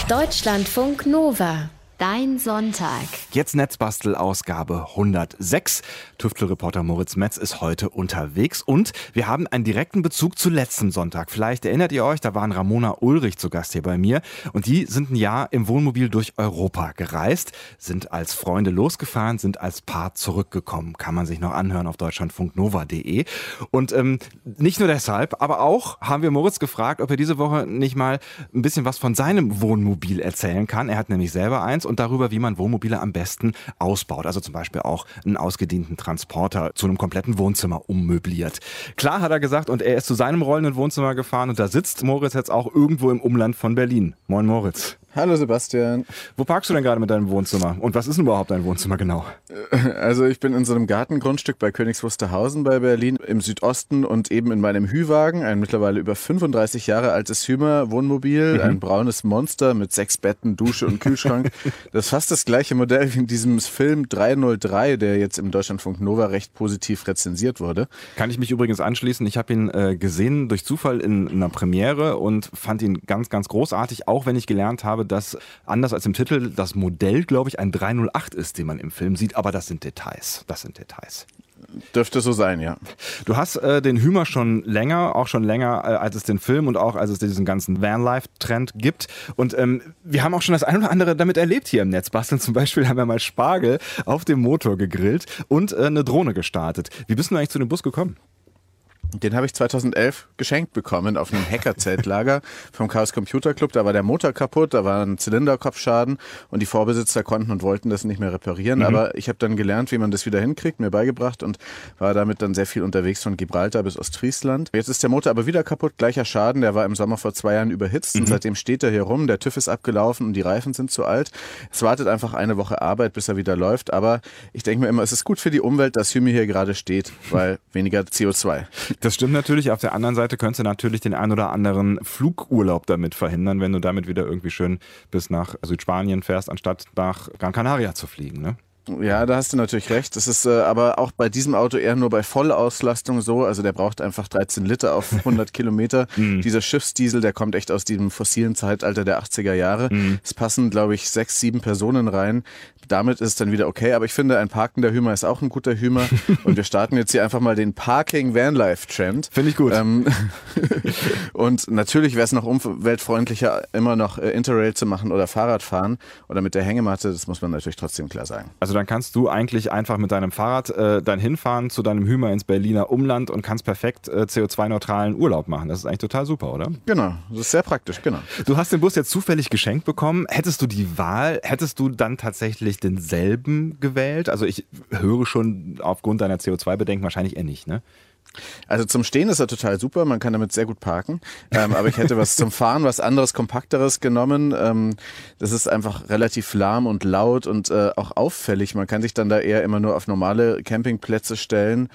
Deutschlandfunk Nova. Dein Sonntag. Jetzt Netzbastel-Ausgabe 106. Tüftler-Reporter Moritz Metz ist heute unterwegs und wir haben einen direkten Bezug zu letztem Sonntag. Vielleicht erinnert ihr euch, da waren Ramona Ulrich zu Gast hier bei mir und die sind ein Jahr im Wohnmobil durch Europa gereist, sind als Freunde losgefahren, sind als Paar zurückgekommen. Kann man sich noch anhören auf deutschlandfunknova.de. Und nicht nur deshalb, aber auch haben wir Moritz gefragt, ob er diese Woche nicht mal ein bisschen was von seinem Wohnmobil erzählen kann. Er hat nämlich selber eins. Und darüber, wie man Wohnmobile am besten ausbaut. Also zum Beispiel auch einen ausgedienten Transporter zu einem kompletten Wohnzimmer ummöbliert. Klar, hat er gesagt, und er ist zu seinem rollenden Wohnzimmer gefahren und da sitzt Moritz jetzt auch irgendwo im Umland von Berlin. Moin Moritz. Hallo Sebastian. Wo parkst du denn gerade mit deinem Wohnzimmer? Und was ist denn überhaupt dein Wohnzimmer genau? Also ich bin in so einem Gartengrundstück bei Königs Wusterhausen bei Berlin im Südosten und eben in meinem Hühwagen, ein mittlerweile über 35 Jahre altes Hümer-Wohnmobil, ein braunes Monster mit 6 Betten, Dusche und Kühlschrank. Das ist fast das gleiche Modell wie in diesem Film 303, der jetzt im Deutschlandfunk Nova recht positiv rezensiert wurde. Kann ich mich übrigens anschließen. Ich habe ihn gesehen durch Zufall in einer Premiere und fand ihn ganz, ganz großartig, auch wenn ich gelernt habe, dass anders als im Titel das Modell, glaube ich, ein 308 ist, den man im Film sieht. Aber das sind Details. Dürfte so sein, ja. Du hast den Hümer schon länger, als es den Film und auch als es diesen ganzen Vanlife-Trend gibt. Und wir haben auch schon das ein oder andere damit erlebt hier im Netzbasteln. Zum Beispiel haben wir mal Spargel auf dem Motor gegrillt und eine Drohne gestartet. Wie bist du eigentlich zu dem Bus gekommen? Den habe ich 2011 geschenkt bekommen auf einem Hacker-Zeltlager vom Chaos Computer Club. Da war der Motor kaputt, da war ein Zylinderkopfschaden und die Vorbesitzer konnten und wollten das nicht mehr reparieren. Aber ich habe dann gelernt, wie man das wieder hinkriegt, mir beigebracht und war damit dann sehr viel unterwegs von Gibraltar bis Ostfriesland. Jetzt ist der Motor aber wieder kaputt, gleicher Schaden. Der war im Sommer vor 2 Jahren überhitzt und seitdem steht er hier rum. Der TÜV ist abgelaufen und die Reifen sind zu alt. Es wartet einfach eine Woche Arbeit, bis er wieder läuft. Aber ich denke mir immer, es ist gut für die Umwelt, dass Hymi hier gerade steht, weil weniger CO2. Das stimmt natürlich. Auf der anderen Seite könntest du natürlich den ein oder anderen Flugurlaub damit verhindern, wenn du damit wieder irgendwie schön bis nach Südspanien fährst, anstatt nach Gran Canaria zu fliegen, ne? Ja, da hast du natürlich recht. Das ist aber auch bei diesem Auto eher nur bei Vollauslastung so. Also der braucht einfach 13 Liter auf 100 Kilometer. Dieser Schiffsdiesel, der kommt echt aus diesem fossilen Zeitalter der 80er Jahre. Es passen, glaube ich, 6, 7 Personen rein. Damit ist es dann wieder okay. Aber ich finde, ein parkender Hümer ist auch ein guter Hümer. Und wir starten jetzt hier einfach mal den Parking-Vanlife-Trend. Finde ich gut. Und natürlich wäre es noch umweltfreundlicher, immer noch Interrail zu machen oder Fahrradfahren oder mit der Hängematte. Das muss man natürlich trotzdem klar sagen. Also dann kannst du eigentlich einfach mit deinem Fahrrad dann hinfahren zu deinem Hümer ins Berliner Umland und kannst perfekt CO2-neutralen Urlaub machen. Das ist eigentlich total super, oder? Genau, das ist sehr praktisch, genau. Du hast den Bus jetzt zufällig geschenkt bekommen. Hättest du die Wahl, hättest du dann tatsächlich denselben gewählt? Also ich höre schon aufgrund deiner CO2-Bedenken wahrscheinlich eher nicht, ne? Also zum Stehen ist er total super, man kann damit sehr gut parken, aber ich hätte was zum Fahren, was anderes, kompakteres genommen. Das ist einfach relativ lahm und laut und auch auffällig. Man kann sich dann da eher immer nur auf normale Campingplätze stellen,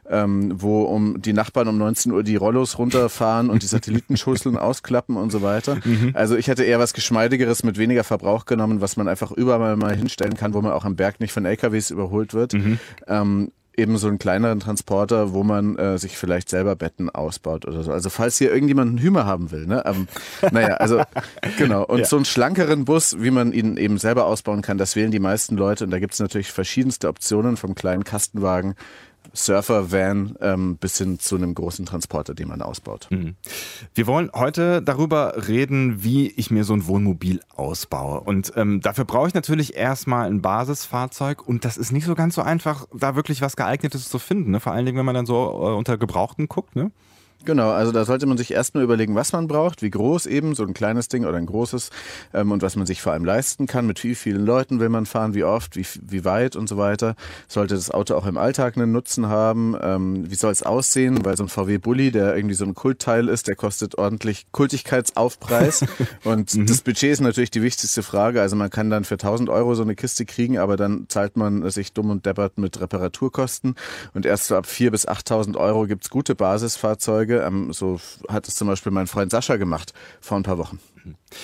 wo die Nachbarn um 19 Uhr die Rollos runterfahren und die Satellitenschüsseln ausklappen und so weiter. Also ich hätte eher was Geschmeidigeres mit weniger Verbrauch genommen, was man einfach überall mal hinstellen kann, wo man auch am Berg nicht von LKWs überholt wird. Eben so einen kleineren Transporter, wo man sich vielleicht selber Betten ausbaut oder so. Also falls hier irgendjemand einen Hümer haben will, ne? Naja, also genau. Und so einen schlankeren Bus, wie man ihn eben selber ausbauen kann, das wählen die meisten Leute. Und da gibt es natürlich verschiedenste Optionen, vom kleinen Kastenwagen, Surfer-Van bis hin zu einem großen Transporter, den man ausbaut. Wir wollen heute darüber reden, wie ich mir so ein Wohnmobil ausbaue. Und dafür brauche ich natürlich erstmal ein Basisfahrzeug und das ist nicht so ganz so einfach, da wirklich was Geeignetes zu finden, ne? Vor allen Dingen, wenn man dann so unter Gebrauchten guckt, ne? Genau, also da sollte man sich erstmal überlegen, was man braucht, wie groß eben, so ein kleines Ding oder ein großes und was man sich vor allem leisten kann, mit wie vielen Leuten will man fahren, wie oft, wie weit und so weiter. Sollte das Auto auch im Alltag einen Nutzen haben, wie soll es aussehen, weil so ein VW Bulli, der irgendwie so ein Kultteil ist, der kostet ordentlich Kultigkeitsaufpreis und das Budget ist natürlich die wichtigste Frage, also man kann dann für 1.000 Euro so eine Kiste kriegen, aber dann zahlt man sich dumm und deppert mit Reparaturkosten und erst so ab 4.000 bis 8.000 Euro gibt's gute Basisfahrzeuge. So hat es zum Beispiel mein Freund Sascha gemacht vor ein paar Wochen.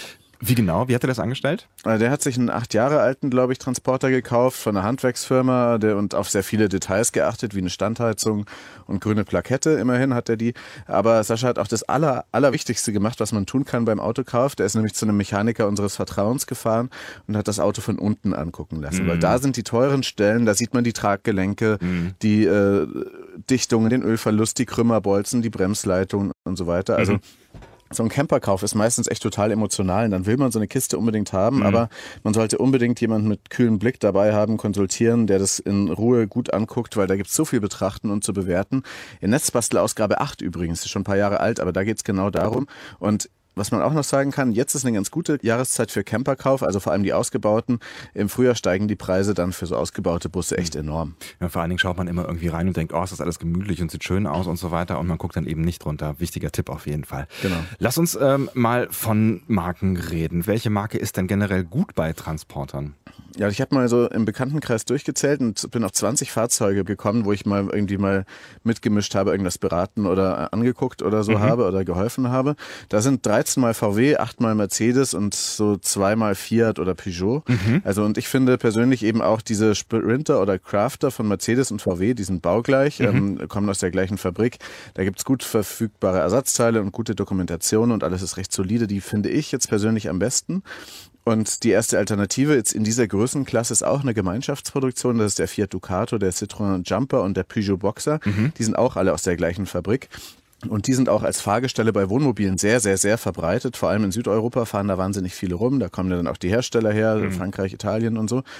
Wie genau? Wie hat er das angestellt? Der hat sich einen 8 Jahre alten, glaube ich, Transporter gekauft von einer Handwerksfirma und auf sehr viele Details geachtet, wie eine Standheizung und grüne Plakette. Immerhin hat er die. Aber Sascha hat auch das Allerwichtigste gemacht, was man tun kann beim Autokauf. Der ist nämlich zu einem Mechaniker unseres Vertrauens gefahren und hat das Auto von unten angucken lassen. Weil da sind die teuren Stellen, da sieht man die Traggelenke, die Dichtungen, den Ölverlust, die Krümmerbolzen, die Bremsleitungen und so weiter. Also so ein Camperkauf ist meistens echt total emotional und dann will man so eine Kiste unbedingt haben, aber man sollte unbedingt jemanden mit kühlem Blick dabei haben, konsultieren, der das in Ruhe gut anguckt, weil da gibt es so viel betrachten und zu bewerten. In Netzbastelausgabe 8 übrigens, ist schon ein paar Jahre alt, aber da geht es genau darum. Und was man auch noch sagen kann, jetzt ist eine ganz gute Jahreszeit für Camperkauf, also vor allem die ausgebauten. Im Frühjahr steigen die Preise dann für so ausgebaute Busse echt enorm. Ja, vor allen Dingen schaut man immer irgendwie rein und denkt, oh, ist das alles gemütlich und sieht schön aus und so weiter und man guckt dann eben nicht drunter. Wichtiger Tipp auf jeden Fall. Genau. Lass uns mal von Marken reden. Welche Marke ist denn generell gut bei Transportern? Ja, ich habe mal so im Bekanntenkreis durchgezählt und bin auf 20 Fahrzeuge gekommen, wo ich mal irgendwie mal mitgemischt habe, irgendwas beraten oder angeguckt oder so habe oder geholfen habe. Da sind 13 mal VW, 8 mal Mercedes und so 2 mal Fiat oder Peugeot. Also und ich finde persönlich eben auch diese Sprinter oder Crafter von Mercedes und VW, die sind baugleich, kommen aus der gleichen Fabrik. Da gibt's gut verfügbare Ersatzteile und gute Dokumentation und alles ist recht solide. Die finde ich jetzt persönlich am besten. Und die erste Alternative jetzt in dieser Größenklasse ist auch eine Gemeinschaftsproduktion. Das ist der Fiat Ducato, der Citroën Jumper und der Peugeot Boxer. Die sind auch alle aus der gleichen Fabrik. Und die sind auch als Fahrgestelle bei Wohnmobilen sehr, sehr, sehr verbreitet. Vor allem in Südeuropa fahren da wahnsinnig viele rum. Da kommen ja dann auch die Hersteller her, Frankreich, Italien und so.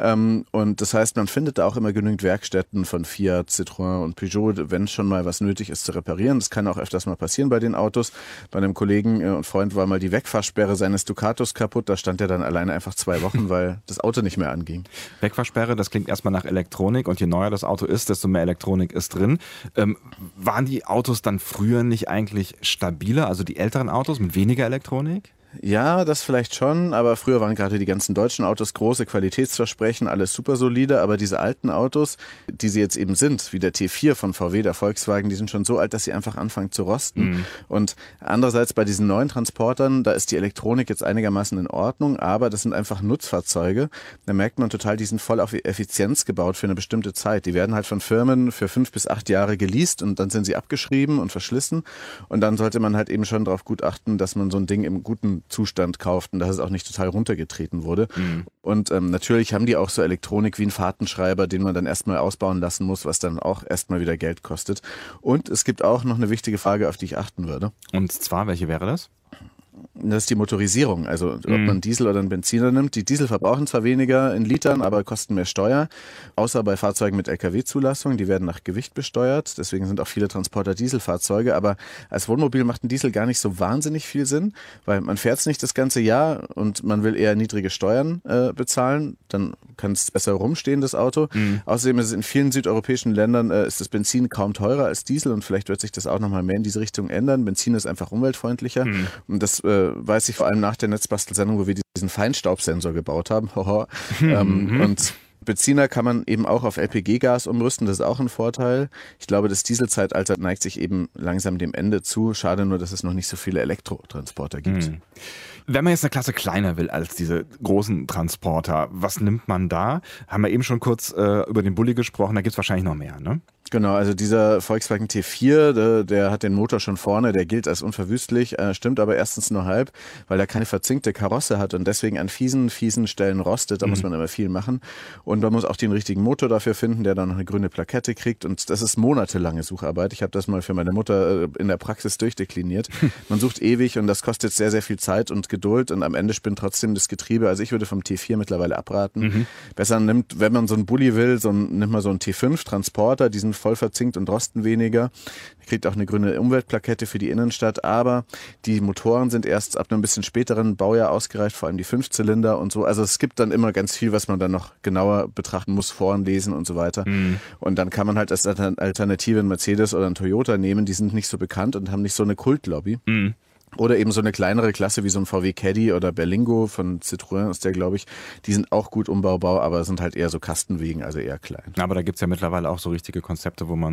Und das heißt, man findet da auch immer genügend Werkstätten von Fiat, Citroën und Peugeot, wenn schon mal was nötig ist zu reparieren. Das kann auch öfters mal passieren bei den Autos. Bei einem Kollegen und Freund war mal die Wegfahrsperre seines Ducatos kaputt. Da stand er dann alleine einfach 2 Wochen, weil das Auto nicht mehr anging. Wegfahrsperre, das klingt erstmal nach Elektronik. Und je neuer das Auto ist, desto mehr Elektronik ist drin. Waren die Autos dann früher nicht eigentlich stabiler, also die älteren Autos mit weniger Elektronik? Ja, das vielleicht schon, aber früher waren gerade die ganzen deutschen Autos große Qualitätsversprechen, alles super solide, aber diese alten Autos, die sie jetzt eben sind, wie der T4 von VW, der Volkswagen, die sind schon so alt, dass sie einfach anfangen zu rosten. Und andererseits bei diesen neuen Transportern, da ist die Elektronik jetzt einigermaßen in Ordnung, aber das sind einfach Nutzfahrzeuge. Da merkt man total, die sind voll auf Effizienz gebaut für eine bestimmte Zeit. Die werden halt von Firmen für 5 bis 8 Jahre geleast und dann sind sie abgeschrieben und verschlissen. Und dann sollte man halt eben schon darauf gut achten, dass man so ein Ding im guten Zustand kauft und dass es auch nicht total runtergetreten wurde. Und natürlich haben die auch so Elektronik wie ein Fahrtenschreiber, den man dann erstmal ausbauen lassen muss, was dann auch erstmal wieder Geld kostet. Und es gibt auch noch eine wichtige Frage, auf die ich achten würde. Und zwar, welche wäre das? Das ist die Motorisierung, also ob man Diesel oder einen Benziner nimmt. Die Diesel verbrauchen zwar weniger in Litern, aber kosten mehr Steuer, außer bei Fahrzeugen mit LKW-Zulassung, die werden nach Gewicht besteuert, deswegen sind auch viele Transporter Dieselfahrzeuge, aber als Wohnmobil macht ein Diesel gar nicht so wahnsinnig viel Sinn, weil man fährt es nicht das ganze Jahr und man will eher niedrige Steuern bezahlen, dann kann es besser rumstehen, das Auto. Außerdem ist es in vielen südeuropäischen Ländern ist das Benzin kaum teurer als Diesel und vielleicht wird sich das auch nochmal mehr in diese Richtung ändern. Benzin ist einfach umweltfreundlicher und das weiß ich vor allem nach der Netzbastelsendung, wo wir diesen Feinstaubsensor gebaut haben. Und Benziner kann man eben auch auf LPG-Gas umrüsten, das ist auch ein Vorteil. Ich glaube, das Dieselzeitalter neigt sich eben langsam dem Ende zu. Schade nur, dass es noch nicht so viele Elektrotransporter gibt. Wenn man jetzt eine Klasse kleiner will als diese großen Transporter, was nimmt man da? Haben wir eben schon kurz über den Bulli gesprochen, da gibt es wahrscheinlich noch mehr, ne? Genau, also dieser Volkswagen T4, der hat den Motor schon vorne, der gilt als unverwüstlich, stimmt aber erstens nur halb, weil er keine verzinkte Karosse hat und deswegen an fiesen Stellen rostet, da muss man immer viel machen. Und man muss auch den richtigen Motor dafür finden, der dann noch eine grüne Plakette kriegt und das ist monatelange Sucharbeit. Ich habe das mal für meine Mutter in der Praxis durchdekliniert. Man sucht ewig und das kostet sehr, sehr viel Zeit und Geduld und am Ende spinnt trotzdem das Getriebe. Also ich würde vom T4 mittlerweile abraten. Besser nimmt, wenn man so einen Bulli will, nimmt man so einen T5 Transporter, die sind voll verzinkt und rosten weniger. Kriegt auch eine grüne Umweltplakette für die Innenstadt, aber die Motoren sind erst ab einem bisschen späteren Baujahr ausgereift, vor allem die 5-Zylinder und so. Also es gibt dann immer ganz viel, was man dann noch genauer betrachten muss, Foren lesen und so weiter. Und dann kann man halt als Alternative einen Mercedes oder einen Toyota nehmen, die sind nicht so bekannt und haben nicht so eine Kultlobby. Oder eben so eine kleinere Klasse wie so ein VW Caddy oder Berlingo von Citroën ist der, glaube ich. Die sind auch gut umbaubar, aber sind halt eher so Kastenwegen, also eher klein. Aber da gibt es ja mittlerweile auch so richtige Konzepte, wo man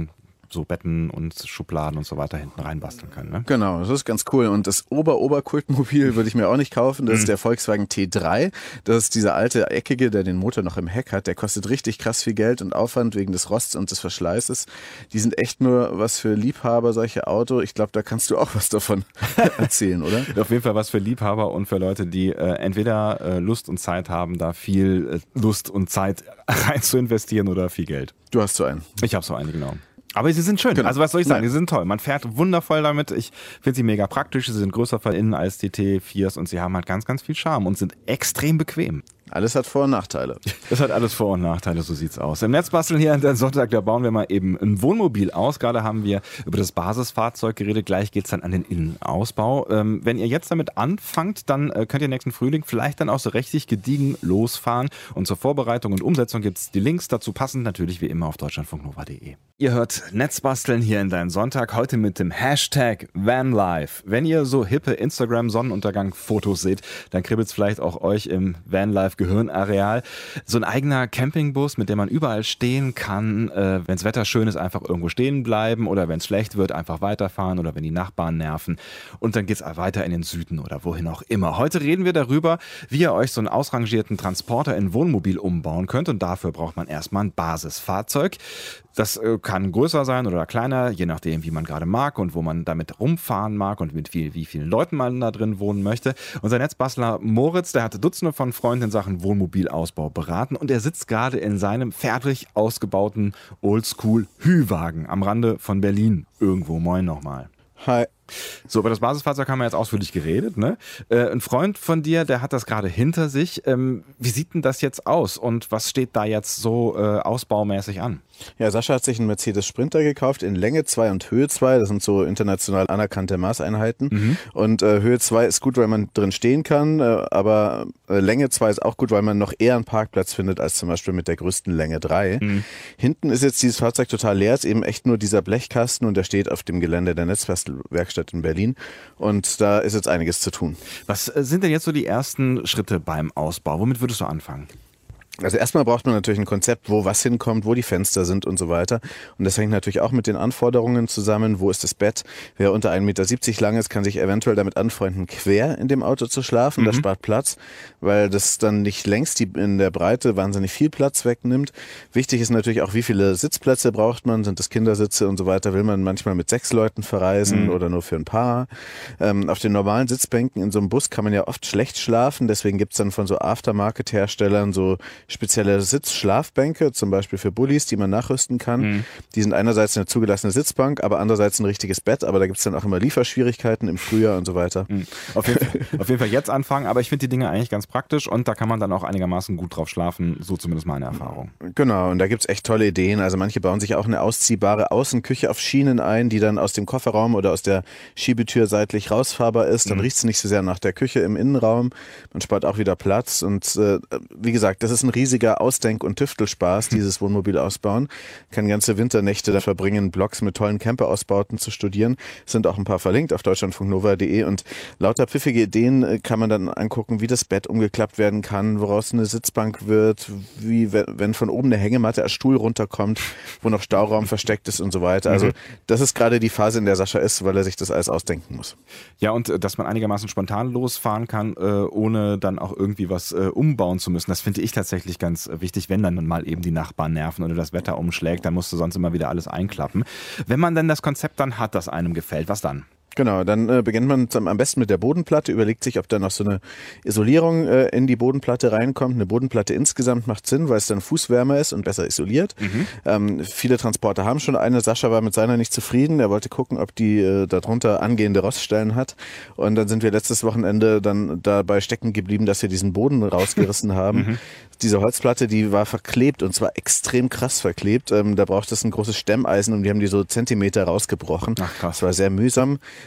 so Betten und Schubladen und so weiter hinten reinbasteln können. Ne? Genau, das ist ganz cool. Und das Oberkultmobil würde ich mir auch nicht kaufen. Das ist der Volkswagen T3. Das ist dieser alte Eckige, der den Motor noch im Heck hat. Der kostet richtig krass viel Geld und Aufwand wegen des Rosts und des Verschleißes. Die sind echt nur was für Liebhaber, solche Auto. Ich glaube, da kannst du auch was davon erzählen, oder? Auf jeden Fall was für Liebhaber und für Leute, die entweder Lust und Zeit haben, da viel Lust und Zeit rein zu investieren oder viel Geld. Du hast so einen. Ich habe so eine, genau. Aber sie sind schön. Genau. Also was soll ich sagen? Nein. Sie sind toll. Man fährt wundervoll damit. Ich finde sie mega praktisch. Sie sind größer von innen als die T4s und sie haben halt ganz, ganz viel Charme und sind extrem bequem. Alles hat Vor- und Nachteile. Das hat alles Vor- und Nachteile, so sieht's aus. Im Netzbasteln hier an der Sonntag, da bauen wir mal eben ein Wohnmobil aus. Gerade haben wir über das Basisfahrzeug geredet. Gleich geht's dann an den Innenausbau. Wenn ihr jetzt damit anfangt, dann könnt ihr nächsten Frühling vielleicht dann auch so richtig gediegen losfahren. Und zur Vorbereitung und Umsetzung gibt's die Links dazu passend natürlich wie immer auf deutschlandfunknova.de. Ihr hört Netzbasteln hier in deinen Sonntag. Heute mit dem Hashtag Vanlife. Wenn ihr so hippe Instagram-Sonnenuntergang-Fotos seht, dann kribbelt's vielleicht auch euch im Vanlife-Gehirnareal. So ein eigener Campingbus, mit dem man überall stehen kann. Wenns Wetter schön ist, einfach irgendwo stehen bleiben. Oder wenn's schlecht wird, einfach weiterfahren. Oder wenn die Nachbarn nerven. Und dann geht's weiter in den Süden oder wohin auch immer. Heute reden wir darüber, wie ihr euch so einen ausrangierten Transporter in Wohnmobil umbauen könnt. Und dafür braucht man erstmal ein Basisfahrzeug. Das kann größer sein oder kleiner, je nachdem, wie man gerade mag und wo man damit rumfahren mag und mit wie vielen Leuten man da drin wohnen möchte. Unser Netzbastler Moritz, der hatte Dutzende von Freunden in Sachen Wohnmobilausbau beraten und er sitzt gerade in seinem fertig ausgebauten Oldschool-Hü-Wagen am Rande von Berlin. Irgendwo, moin nochmal. Hi. So, über das Basisfahrzeug haben wir jetzt ausführlich geredet. Ne? Ein Freund von dir, der hat das gerade hinter sich. Wie sieht denn das jetzt aus und was steht da jetzt so ausbaumäßig an? Ja, Sascha hat sich einen Mercedes Sprinter gekauft in Länge 2 und Höhe 2. Das sind so international anerkannte Maßeinheiten. Und Höhe 2 ist gut, weil man drin stehen kann, aber Länge 2 ist auch gut, weil man noch eher einen Parkplatz findet als zum Beispiel mit der größten Länge 3. Hinten ist jetzt dieses Fahrzeug total leer, ist eben echt nur dieser Blechkasten und der steht auf dem Gelände der Netzbastelwerkstatt in Berlin. Und da ist jetzt einiges zu tun. Was sind denn jetzt so die ersten Schritte beim Ausbau? Womit würdest du anfangen? Also erstmal braucht man natürlich ein Konzept, wo was hinkommt, wo die Fenster sind und so weiter. Und das hängt natürlich auch mit den Anforderungen zusammen. Wo ist das Bett? Wer unter 1,70 Meter lang ist, kann sich eventuell damit anfreunden, quer in dem Auto zu schlafen. Das spart Platz, weil das dann nicht längst in der Breite wahnsinnig viel Platz wegnimmt. Wichtig ist natürlich auch, wie viele Sitzplätze braucht man? Sind das Kindersitze und so weiter? Will man manchmal mit 6 Leuten verreisen oder nur für ein Paar? Auf den normalen Sitzbänken in so einem Bus kann man ja oft schlecht schlafen. Deswegen gibt's dann von so Aftermarket-Herstellern so spezielle Sitzschlafbänke, zum Beispiel für Bullis, die man nachrüsten kann. Die sind einerseits eine zugelassene Sitzbank, aber andererseits ein richtiges Bett. Aber da gibt's dann auch immer Lieferschwierigkeiten im Frühjahr und so weiter. Auf jeden Fall jetzt anfangen, aber ich finde die Dinge eigentlich ganz praktisch und da kann man dann auch einigermaßen gut drauf schlafen, so zumindest meine Erfahrung. Genau, und da gibt's echt tolle Ideen. Also manche bauen sich auch eine ausziehbare Außenküche auf Schienen ein, die dann aus dem Kofferraum oder aus der Schiebetür seitlich rausfahrbar ist. Dann riecht's nicht so sehr nach der Küche im Innenraum. Man spart auch wieder Platz und wie gesagt, das ist ein riesiger Ausdenk- und Tüftelspaß, dieses Wohnmobil ausbauen. Kann ganze Winternächte da verbringen, Blogs mit tollen Camperausbauten zu studieren. Es sind auch ein paar verlinkt auf deutschlandfunknova.de und lauter pfiffige Ideen kann man dann angucken, wie das Bett umgeklappt werden kann, woraus eine Sitzbank wird, wie wenn von oben eine Hängematte als Stuhl runterkommt, wo noch Stauraum versteckt ist und so weiter. Also das ist gerade die Phase, in der Sascha ist, weil er sich das alles ausdenken muss. Ja, und dass man einigermaßen spontan losfahren kann, ohne dann auch irgendwie was umbauen zu müssen, das finde ich tatsächlich ganz wichtig, wenn dann mal eben die Nachbarn nerven oder das Wetter umschlägt, dann musst du sonst immer wieder alles einklappen. Wenn man dann das Konzept dann hat, das einem gefällt, was dann? Genau, dann beginnt man am besten mit der Bodenplatte, überlegt sich, ob da noch so eine Isolierung in die Bodenplatte reinkommt. Eine Bodenplatte insgesamt macht Sinn, weil es dann fußwärmer ist und besser isoliert. Viele Transporter haben schon eine. Sascha war mit seiner nicht zufrieden. Er wollte gucken, ob die darunter angehende Roststellen hat. Und dann sind wir letztes Wochenende dann dabei stecken geblieben, dass wir diesen Boden rausgerissen haben. Diese Holzplatte, die war verklebt und zwar extrem krass verklebt. Da braucht es ein großes Stemmeisen und wir haben die so Zentimeter rausgebrochen. Ach, krass. Das war sehr mühsam.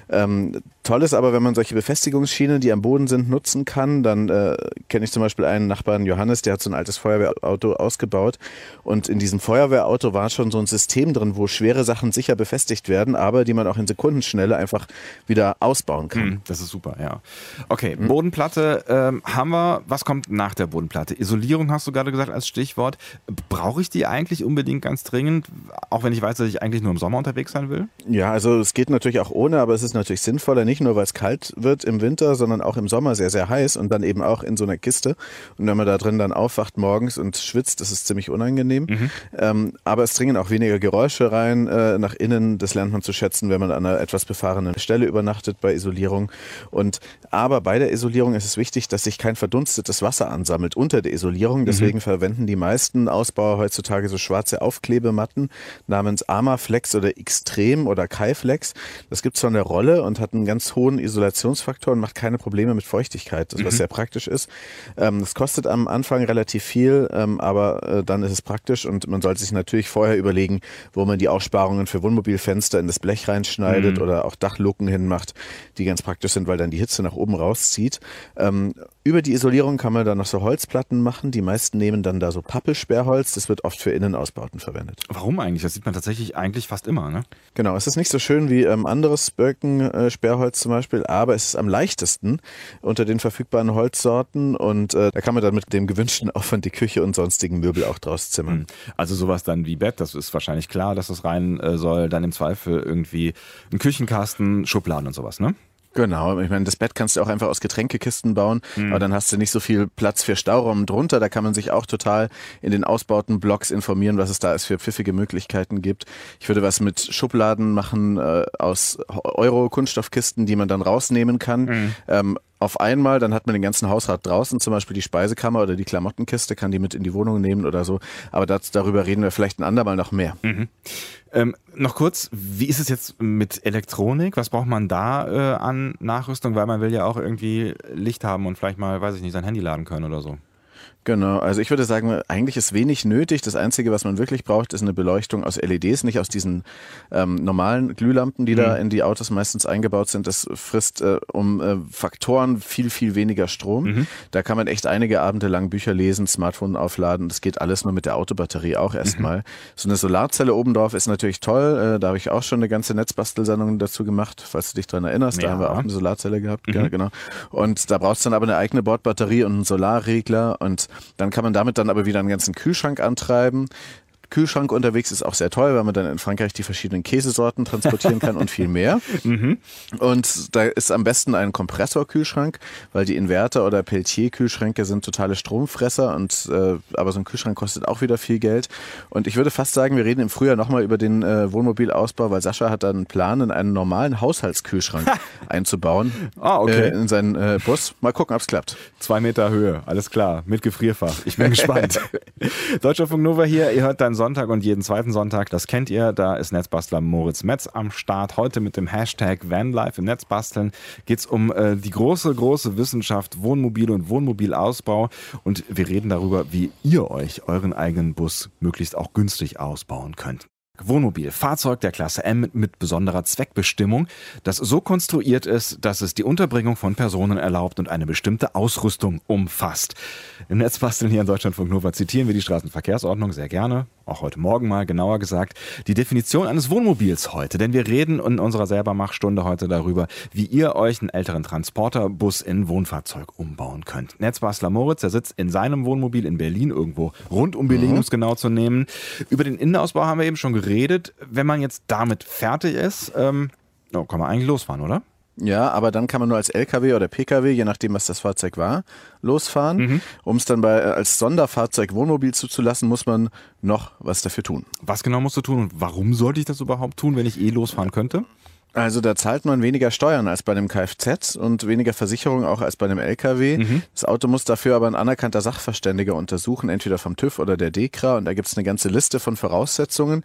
Toll ist aber, wenn man solche Befestigungsschienen, die am Boden sind, nutzen kann. Dann kenne ich zum Beispiel einen Nachbarn, Johannes, der hat so ein altes Feuerwehrauto ausgebaut. Und in diesem Feuerwehrauto war schon so ein System drin, wo schwere Sachen sicher befestigt werden, aber die man auch in Sekundenschnelle einfach wieder ausbauen kann. Das ist super, ja. Okay, Bodenplatte haben wir. Was kommt nach der Bodenplatte? Isolierung hast du gerade gesagt als Stichwort. Brauche ich die eigentlich unbedingt ganz dringend? Auch wenn ich weiß, dass ich eigentlich nur im Sommer unterwegs sein will? Ja, also es geht natürlich auch ohne, aber es ist natürlich sinnvoller, nicht nur, weil es kalt wird im Winter, sondern auch im Sommer sehr, sehr heiß und dann eben auch in so einer Kiste. Und wenn man da drin dann aufwacht morgens und schwitzt, das ist ziemlich unangenehm. Aber es dringen auch weniger Geräusche rein nach innen. Das lernt man zu schätzen, wenn man an einer etwas befahrenen Stelle übernachtet bei Isolierung. Aber bei der Isolierung ist es wichtig, dass sich kein verdunstetes Wasser ansammelt unter der Isolierung. Deswegen verwenden die meisten Ausbauer heutzutage so schwarze Aufklebematten namens Armaflex oder Extrem oder Kaiflex. Das gibt es von der Rolle und hat einen ganz hohen Isolationsfaktor und macht keine Probleme mit Feuchtigkeit, was sehr praktisch ist. Das kostet am Anfang relativ viel, aber dann ist es praktisch und man sollte sich natürlich vorher überlegen, wo man die Aussparungen für Wohnmobilfenster in das Blech reinschneidet oder auch Dachluken hinmacht, die ganz praktisch sind, weil dann die Hitze nach oben rauszieht. Über die Isolierung kann man dann noch so Holzplatten machen. Die meisten nehmen dann da so Pappelsperrholz. Das wird oft für Innenausbauten verwendet. Warum eigentlich? Das sieht man tatsächlich eigentlich fast immer, ne? Genau, es ist nicht so schön wie anderes Birken-Sperrholz zum Beispiel, aber es ist am leichtesten unter den verfügbaren Holzsorten und da kann man dann mit dem gewünschten Aufwand die Küche und sonstigen Möbel auch draus zimmern. Also sowas dann wie Bett, das ist wahrscheinlich klar, dass das rein soll. Dann im Zweifel irgendwie ein Küchenkasten, Schubladen und sowas, ne? Genau, ich meine, das Bett kannst du auch einfach aus Getränkekisten bauen, aber dann hast du nicht so viel Platz für Stauraum drunter. Da kann man sich auch total in den ausbauten Blogs informieren, was es da für pfiffige Möglichkeiten gibt. Ich würde was mit Schubladen machen aus Euro-Kunststoffkisten, die man dann rausnehmen kann. Auf einmal, dann hat man den ganzen Hausrat draußen, zum Beispiel die Speisekammer oder die Klamottenkiste, kann die mit in die Wohnung nehmen oder so. Aber darüber reden wir vielleicht ein andermal noch mehr. Noch kurz, wie ist es jetzt mit Elektronik? Was braucht man da an Nachrüstung? Weil man will ja auch irgendwie Licht haben und vielleicht mal, weiß ich nicht, sein Handy laden können oder so. Genau, also ich würde sagen, eigentlich ist wenig nötig. Das Einzige, was man wirklich braucht, ist eine Beleuchtung aus LEDs, nicht aus diesen normalen Glühlampen, die da in die Autos meistens eingebaut sind. Das frisst um Faktoren viel, viel weniger Strom. Da kann man echt einige Abende lang Bücher lesen, Smartphone aufladen. Das geht alles nur mit der Autobatterie auch erstmal. So eine Solarzelle obendrauf ist natürlich toll. Da habe ich auch schon eine ganze Netzbastelsendung dazu gemacht, falls du dich dran erinnerst. Da haben wir auch eine Solarzelle gehabt. Genau. Und da brauchst du dann aber eine eigene Bordbatterie und einen Solarregler und dann kann man damit dann aber wieder einen ganzen Kühlschrank antreiben. Kühlschrank unterwegs ist auch sehr toll, weil man dann in Frankreich die verschiedenen Käsesorten transportieren kann und viel mehr. Und da ist am besten ein Kompressorkühlschrank, weil die Inverter- oder Peltier-Kühlschränke sind totale Stromfresser und aber so ein Kühlschrank kostet auch wieder viel Geld. Und ich würde fast sagen, wir reden im Frühjahr nochmal über den Wohnmobilausbau, weil Sascha hat da einen Plan, in einen normalen Haushaltskühlschrank einzubauen in seinen Bus. Mal gucken, ob es klappt. 2 Meter Höhe, alles klar, mit Gefrierfach. Ich bin gespannt. Deutschlandfunk Nova hier, ihr hört dann Sonntag und jeden zweiten Sonntag, das kennt ihr, da ist Netzbastler Moritz Metz am Start. Heute mit dem Hashtag Vanlife im Netzbasteln geht es um die große Wissenschaft Wohnmobil und Wohnmobilausbau und wir reden darüber, wie ihr euch euren eigenen Bus möglichst auch günstig ausbauen könnt. Wohnmobil, Fahrzeug der Klasse M mit besonderer Zweckbestimmung, das so konstruiert ist, dass es die Unterbringung von Personen erlaubt und eine bestimmte Ausrüstung umfasst. Im Netzbasteln hier in Deutschlandfunk Nova zitieren wir die Straßenverkehrsordnung sehr gerne, auch heute Morgen mal genauer gesagt, die Definition eines Wohnmobils heute, denn wir reden in unserer Selbermachstunde heute darüber, wie ihr euch einen älteren Transporterbus in Wohnfahrzeug umbauen könnt. Netzbastler Moritz, der sitzt in seinem Wohnmobil in Berlin, irgendwo rund um Berlin, um es genau zu nehmen. Über den Innenausbau haben wir eben schon geredet. Wenn man jetzt damit fertig ist, kann man eigentlich losfahren, oder? Ja, aber dann kann man nur als LKW oder PKW, je nachdem, was das Fahrzeug war, losfahren. Um es dann als Sonderfahrzeug Wohnmobil zuzulassen, muss man noch was dafür tun. Was genau musst du tun und warum sollte ich das überhaupt tun, wenn ich losfahren könnte? Also da zahlt man weniger Steuern als bei einem Kfz und weniger Versicherung auch als bei einem LKW. Das Auto muss dafür aber ein anerkannter Sachverständiger untersuchen, entweder vom TÜV oder der DEKRA. Und da gibt es eine ganze Liste von Voraussetzungen.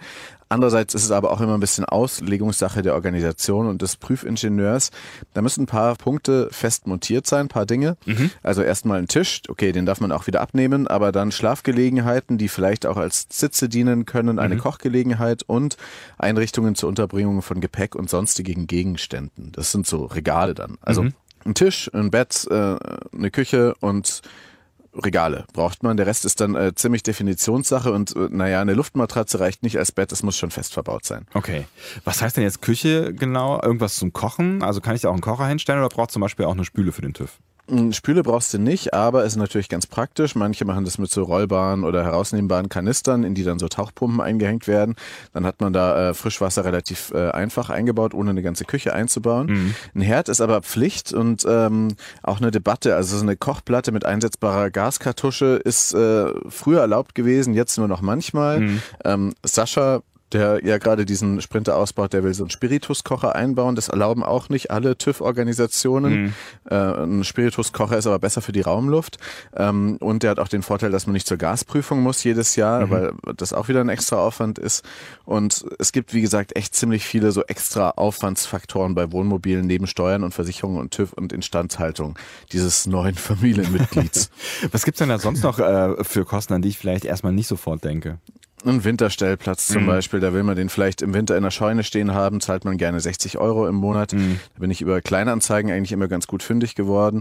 Andererseits ist es aber auch immer ein bisschen Auslegungssache der Organisation und des Prüfingenieurs. Da müssen ein paar Punkte fest montiert sein, ein paar Dinge. Also erstmal ein Tisch, okay, den darf man auch wieder abnehmen, aber dann Schlafgelegenheiten, die vielleicht auch als Sitze dienen können, eine Kochgelegenheit und Einrichtungen zur Unterbringung von Gepäck und sonstigen Gegenständen. Das sind so Regale dann. Also ein Tisch, ein Bett, eine Küche und Regale braucht man. Der Rest ist dann ziemlich Definitionssache und eine Luftmatratze reicht nicht als Bett, es muss schon fest verbaut sein. Okay. Was heißt denn jetzt Küche genau? Irgendwas zum Kochen? Also kann ich da auch einen Kocher hinstellen oder braucht zum Beispiel auch eine Spüle für den TÜV? Spüle brauchst du nicht, aber es ist natürlich ganz praktisch. Manche machen das mit so rollbaren oder herausnehmbaren Kanistern, in die dann so Tauchpumpen eingehängt werden. Dann hat man da Frischwasser relativ einfach eingebaut, ohne eine ganze Küche einzubauen. Ein Herd ist aber Pflicht und auch eine Debatte. Also so eine Kochplatte mit einsetzbarer Gaskartusche ist früher erlaubt gewesen, jetzt nur noch manchmal. Sascha, der ja gerade diesen Sprinter ausbaut, der will so einen Spirituskocher einbauen. Das erlauben auch nicht alle TÜV-Organisationen. Ein Spirituskocher ist aber besser für die Raumluft. Und der hat auch den Vorteil, dass man nicht zur Gasprüfung muss jedes Jahr, weil das auch wieder ein extra Aufwand ist. Und es gibt, wie gesagt, echt ziemlich viele so extra Aufwandsfaktoren bei Wohnmobilen neben Steuern und Versicherungen und TÜV und Instandhaltung dieses neuen Familienmitglieds. Was gibt's denn da sonst noch für Kosten, an die ich vielleicht erstmal nicht sofort denke? Ein Winterstellplatz zum Beispiel, da will man den vielleicht im Winter in der Scheune stehen haben, zahlt man gerne 60 € im Monat. Da bin ich über Kleinanzeigen eigentlich immer ganz gut fündig geworden.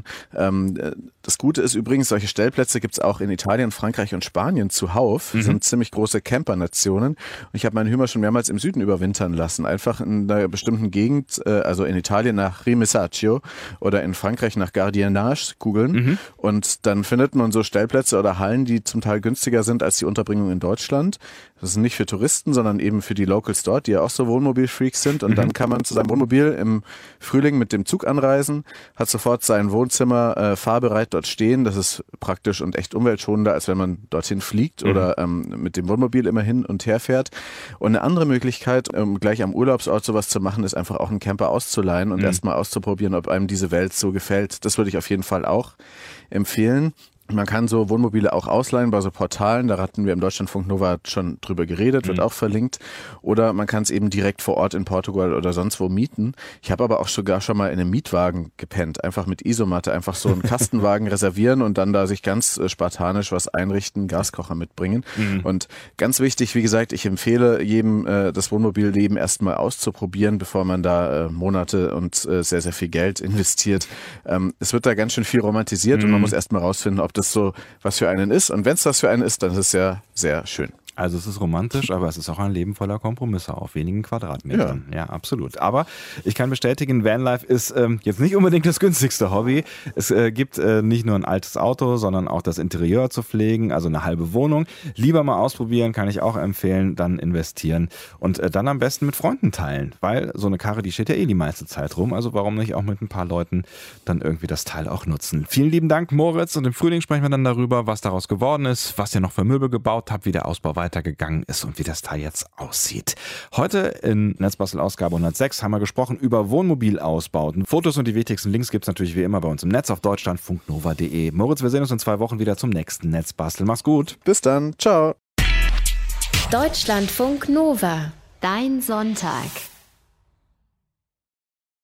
Das Gute ist übrigens, solche Stellplätze gibt's auch in Italien, Frankreich und Spanien zuhauf. Das sind ziemlich große Campernationen. Und ich habe meinen Hümer schon mehrmals im Süden überwintern lassen. Einfach in einer bestimmten Gegend, also in Italien nach Rimesaccio oder in Frankreich nach Gardiennage googeln. Und dann findet man so Stellplätze oder Hallen, die zum Teil günstiger sind als die Unterbringung in Deutschland. Das ist nicht für Touristen, sondern eben für die Locals dort, die ja auch so Wohnmobil-Freaks sind. Und dann kann man zu seinem Wohnmobil im Frühling mit dem Zug anreisen, hat sofort sein Wohnzimmer fahrbereit dort stehen. Das ist praktisch und echt umweltschonender, als wenn man dorthin fliegt oder mit dem Wohnmobil immer hin und her fährt. Und eine andere Möglichkeit, gleich am Urlaubsort sowas zu machen, ist einfach auch einen Camper auszuleihen und erstmal auszuprobieren, ob einem diese Welt so gefällt. Das würde ich auf jeden Fall auch empfehlen. Man kann so Wohnmobile auch ausleihen bei so Portalen, da hatten wir im Deutschlandfunk Nova schon drüber geredet, wird auch verlinkt. Oder man kann es eben direkt vor Ort in Portugal oder sonst wo mieten. Ich habe aber auch sogar schon mal in einem Mietwagen gepennt, einfach mit Isomatte, einfach so einen Kastenwagen reservieren und dann da sich ganz spartanisch was einrichten, Gaskocher mitbringen. Und ganz wichtig, wie gesagt, ich empfehle jedem, das Wohnmobilleben erstmal auszuprobieren, bevor man da Monate und sehr, sehr viel Geld investiert. Es wird da ganz schön viel romantisiert und man muss erstmal rausfinden, ob das so was für einen ist. Und wenn es das für einen ist, dann ist es ja sehr schön. Also es ist romantisch, aber es ist auch ein Leben voller Kompromisse auf wenigen Quadratmetern. Ja, absolut. Aber ich kann bestätigen, Vanlife ist jetzt nicht unbedingt das günstigste Hobby. Es gibt nicht nur ein altes Auto, sondern auch das Interieur zu pflegen, also eine halbe Wohnung. Lieber mal ausprobieren, kann ich auch empfehlen, dann investieren und dann am besten mit Freunden teilen, weil so eine Karre, die steht ja die meiste Zeit rum. Also warum nicht auch mit ein paar Leuten dann irgendwie das Teil auch nutzen. Vielen lieben Dank, Moritz. Und im Frühling sprechen wir dann darüber, was daraus geworden ist, was ihr noch für Möbel gebaut habt, wie der Ausbau weitergegangen ist und wie das Teil jetzt aussieht. Heute in Netzbastel Ausgabe 106 haben wir gesprochen über Wohnmobilausbauten. Fotos und die wichtigsten Links gibt es natürlich wie immer bei uns im Netz auf deutschlandfunknova.de. Moritz, wir sehen uns in 2 Wochen wieder zum nächsten Netzbastel. Mach's gut. Bis dann. Ciao. Deutschlandfunk Nova. Dein Sonntag.